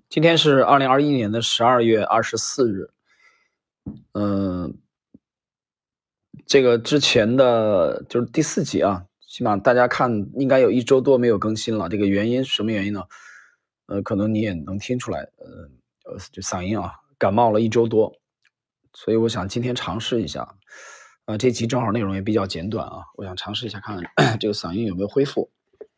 今天是2021年的12月24日。这个之前的就是第4集啊，起码大家看应该有1周多没有更新了。这个原因什么原因呢？可能你也能听出来，这嗓音啊，感冒了1周多，所以我想今天尝试一下。这集正好内容也比较简短啊，我想尝试一下看这个嗓音有没有恢复。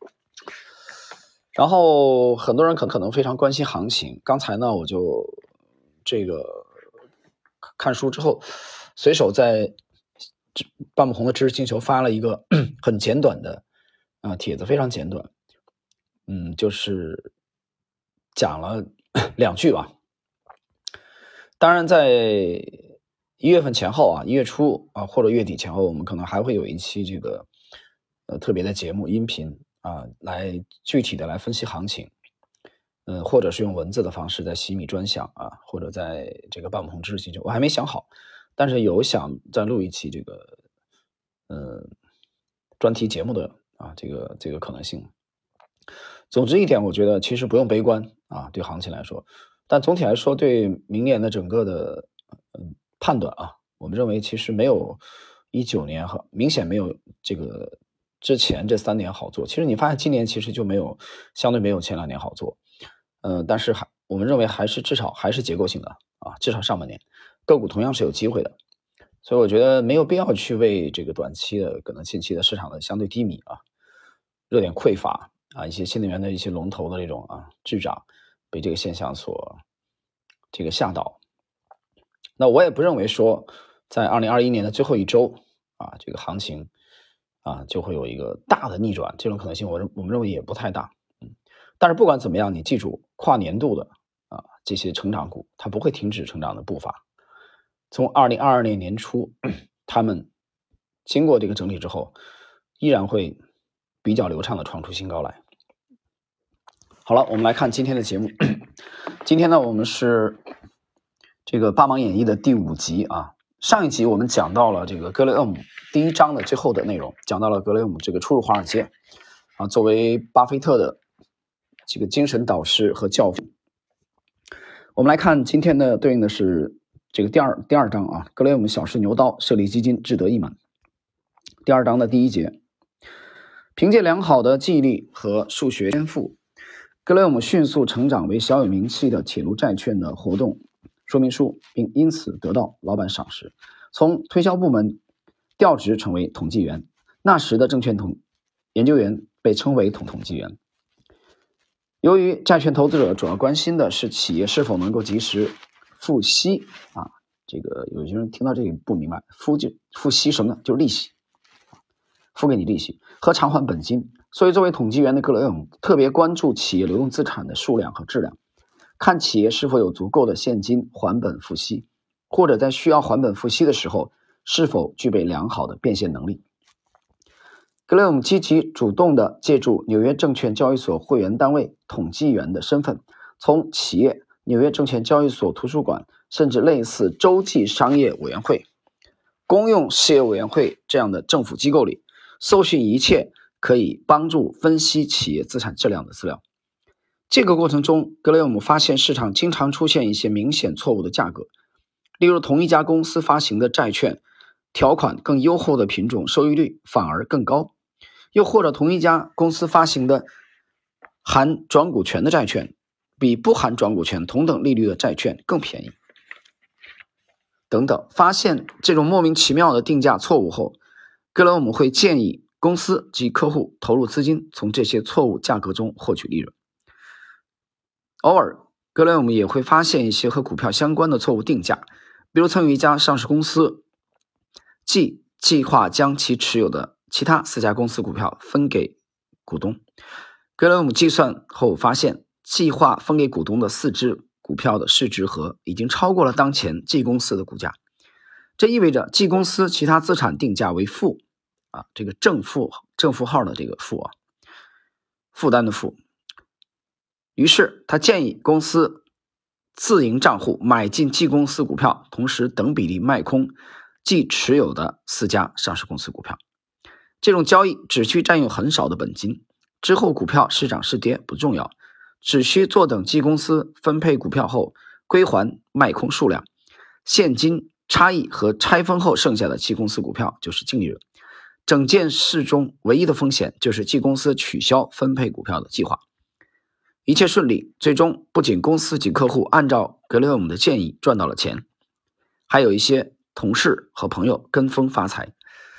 然后很多人可能非常关心行情，刚才呢我就这个看书之后，随手在半不红的知识星球发了一个很简短的帖子，非常简短，就是讲了2句吧。当然在1月份前后啊，1月初啊，或者月底前后，我们可能还会有一期这个特别的节目音频啊，来具体的来分析行情。或者是用文字的方式在洗米专享啊，或者在这个半不红知识星球，我还没想好，但是有想再录一期这个专题节目的这个可能性。总之一点，我觉得其实不用悲观啊，对行情来说，但总体来说，对明年的整个的判断啊，我们认为其实没有19年明显没有这个之前这3年好做。其实你发现今年其实就相对没有前2年好做。但是我们认为至少还是结构性的啊，至少上半年个股同样是有机会的，所以我觉得没有必要去为这个短期的可能近期的市场的相对低迷啊、热点匮乏啊、一些新能源的一些龙头的这种滞涨被这个现象所这个吓倒。那我也不认为说在2021年的最后1周啊，这个行情啊就会有一个大的逆转，这种可能性我们认为也不太大。但是不管怎么样，你记住跨年度的这些成长股，它不会停止成长的步伐。从2022年年初，他们经过这个整理之后，依然会比较流畅的创出新高来。好了，我们来看今天的节目。今天呢，我们是这个《八芒演义》的第5集啊。上一集我们讲到了这个格雷厄姆第1章的最后的内容，讲到了格雷厄姆这个初入华尔街啊，作为巴菲特的这个精神导师和教父。我们来看今天的对应的是这个第二章啊，格雷厄姆小试牛刀，设立基金，志得意满。第2章的第1节，凭借良好的记忆力和数学天赋，格雷厄姆迅速成长为小有名气的铁路债券的活动说明书，并因此得到老板赏识，从推销部门调职成为统计员。那时的证券研究员被称为统计员。由于债券投资者主要关心的是企业是否能够及时付息啊，这个有些人听到这个不明白，付息什么呢？就是利息，付给你利息和偿还本金。所以作为统计员的格雷厄姆特别关注企业流动资产的数量和质量，看企业是否有足够的现金还本付息，或者在需要还本付息的时候是否具备良好的变现能力。格雷厄姆积极主动地借助纽约证券交易所会员单位统计员的身份，从企业、纽约证券交易所图书馆，甚至类似洲际商业委员会、公用事业委员会这样的政府机构里，搜寻一切可以帮助分析企业资产质量的资料。这个过程中，格雷厄姆发现市场经常出现一些明显错误的价格，例如同一家公司发行的债券条款更优厚的品种收益率反而更高，又或者同一家公司发行的含转股权的债券比不含转股权同等利率的债券更便宜等等。发现这种莫名其妙的定价错误后，格雷厄姆会建议公司及客户投入资金，从这些错误价格中获取利润。偶尔格雷厄姆也会发现一些和股票相关的错误定价，比如曾有一家上市公司计划将其持有的其他4家公司股票分给股东，格雷厄姆计算后发现，计划分给股东的4只股票的市值和已经超过了当前 G 公司的股价，这意味着 G 公司其他资产定价为负这个正负号的这个负负担的负。于是他建议公司自营账户买进 G 公司股票，同时等比例卖空G 持有的4家上市公司股票。这种交易只需占用很少的本金，之后股票是涨是跌不重要， 只需坐等基公司分配股票后归还卖空数量，现金差异和拆分后剩下的基公司股票就是净利润。整件事中唯一的风险就是基公司取消分配股票的计划。一切顺利，最终不仅公司及客户按照格雷厄姆的建议赚到了钱，还有一些同事和朋友跟风发财。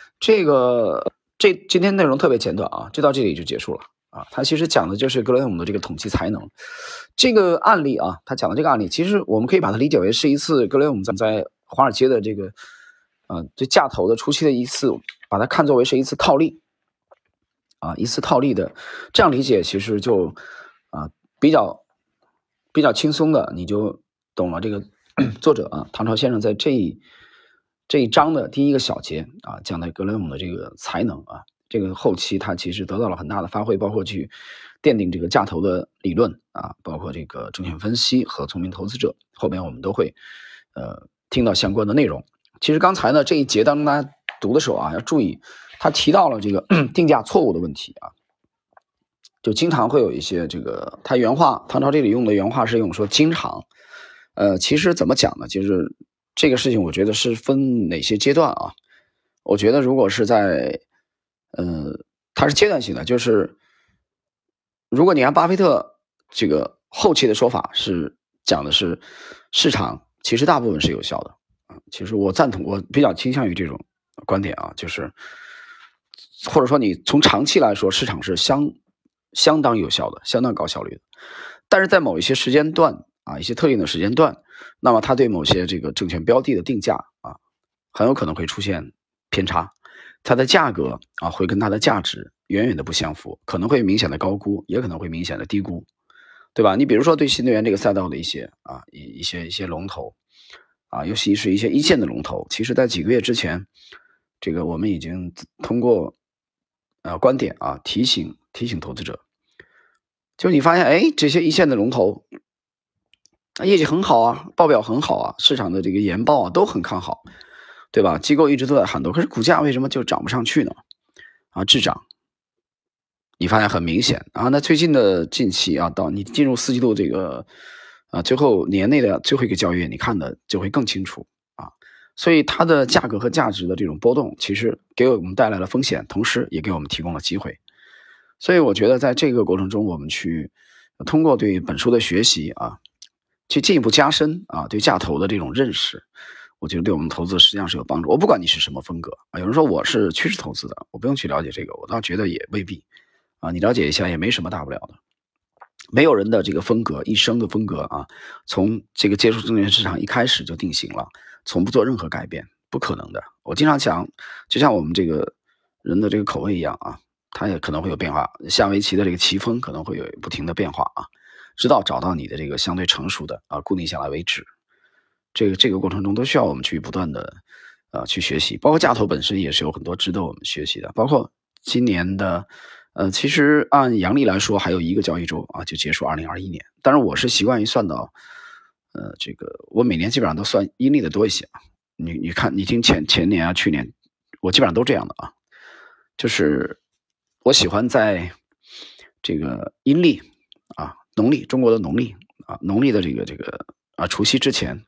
今天内容特别简短啊，就到这里就结束了啊。他其实讲的就是格雷厄姆的这个统计才能。这个案例啊，他讲的这个案例，其实我们可以把它理解为是一次格雷厄姆在华尔街的这个对价投的初期的一次，把它看作为是一次套利啊，一次套利的这样理解，其实就比较轻松的，你就懂了这个作者啊，唐朝先生在这一章的第一个小节啊，讲的格雷厄姆的这个才能啊，这个后期他其实得到了很大的发挥，包括去奠定这个价投的理论啊，包括这个证券分析和聪明投资者，后面我们都会听到相关的内容。其实刚才呢这一节当中大家读的时候啊，要注意他提到了这个定价错误的问题啊，就经常会有一些这个他原话，唐朝这里用的原话是用说经常，其实怎么讲呢？就是这个事情我觉得是分哪些阶段啊？我觉得如果是在它是阶段性的，就是如果你按巴菲特这个后期的说法是讲的是市场其实大部分是有效的啊，其实我赞同，我比较倾向于这种观点啊，就是或者说你从长期来说，市场是相当有效的，相当高效率的，但是在某一些时间段啊，一些特定的时间段，那么它对某些这个证券标的的定价啊，很有可能会出现偏差，它的价格啊会跟它的价值远远的不相符，可能会明显的高估，也可能会明显的低估，对吧？你比如说对新能源这个赛道的一些龙头啊，尤其是一些一线的龙头，其实在几个月之前，这个我们已经通过观点啊提醒投资者，就你发现哎这些一线的龙头业绩很好啊，报表很好啊，市场的这个研报啊都很看好，对吧？机构一直都在喊多，可是股价为什么就涨不上去呢？啊，滞涨，你发现很明显啊。那最近期啊，到你进入4季度这个最后年内的最后一个交易月，你看的就会更清楚啊。所以它的价格和价值的这种波动，其实给我们带来了风险，同时也给我们提供了机会。所以我觉得在这个过程中，我们去通过对本书的学习啊，去进一步加深啊对价投的这种认识，我觉得对我们投资实际上是有帮助。我不管你是什么风格啊，有人说我是趋势投资的，我不用去了解这个，我倒觉得也未必啊，你了解一下也没什么大不了的。没有人的这个风格，一生的风格啊，从这个接触证券市场一开始就定型了，从不做任何改变，不可能的。我经常讲，就像我们这个人的这个口味一样啊，它也可能会有变化。下围棋的这个棋风可能会有不停的变化啊，直到找到你的这个相对成熟的啊固定下来为止。这个过程中都需要我们去不断的去学习，包括价投本身也是有很多值得我们学习的，包括今年的其实按阳历来说还有一个交易周啊就结束2021年，当然我是习惯于算到这个我每年基本上都算阴历的多一些啊，你看你听前年啊去年我基本上都这样的啊，就是我喜欢在这个阴历啊农历中国的农历啊农历的这个除夕之前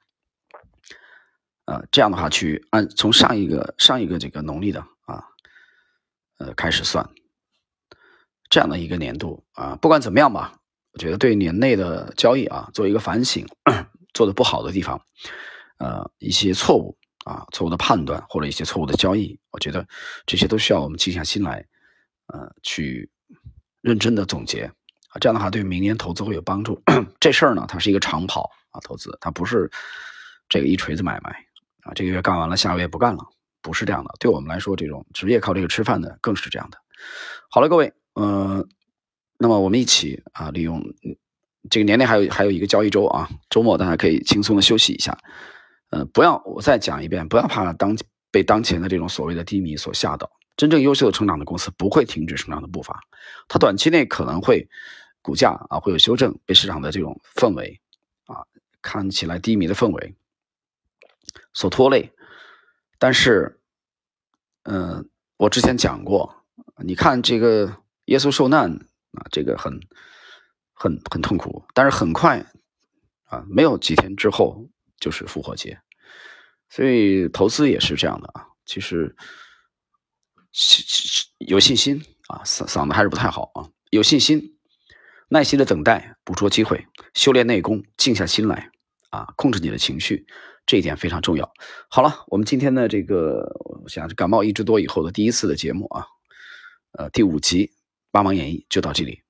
这样的话去从上一个这个农历的开始算这样的一个年度啊，不管怎么样吧，我觉得对年内的交易啊做一个反省，做的不好的地方，一些错误啊错误的判断或者一些错误的交易，我觉得这些都需要我们静下心来去认真的总结啊，这样的话对明年投资会有帮助。这事儿呢它是一个长跑啊投资，它不是这个一锤子买卖啊，这个月干完了下个月不干了，不是这样的。对我们来说这种职业靠这个吃饭的更是这样的。好了各位，那么我们一起啊利用这个年内还有一个交易周啊，周末大家可以轻松的休息一下。不要，我再讲一遍，不要怕被当前的这种所谓的低迷所吓倒。真正优秀的成长的公司不会停止成长的步伐，它短期内可能会股价啊会有修正，被市场的这种氛围啊看起来低迷的氛围所拖累。但是我之前讲过，你看这个耶稣受难啊，这个很痛苦，但是很快啊，没有几天之后就是复活节，所以投资也是这样的啊。其实有信心啊，嗓子还是不太好啊，有信心，耐心的等待，捕捉机会，修炼内功，静下心来啊，控制你的情绪，这一点非常重要。好了，我们今天的这个，我想是感冒1周多以后的第一次的节目啊，第5集《八芒演义》就到这里。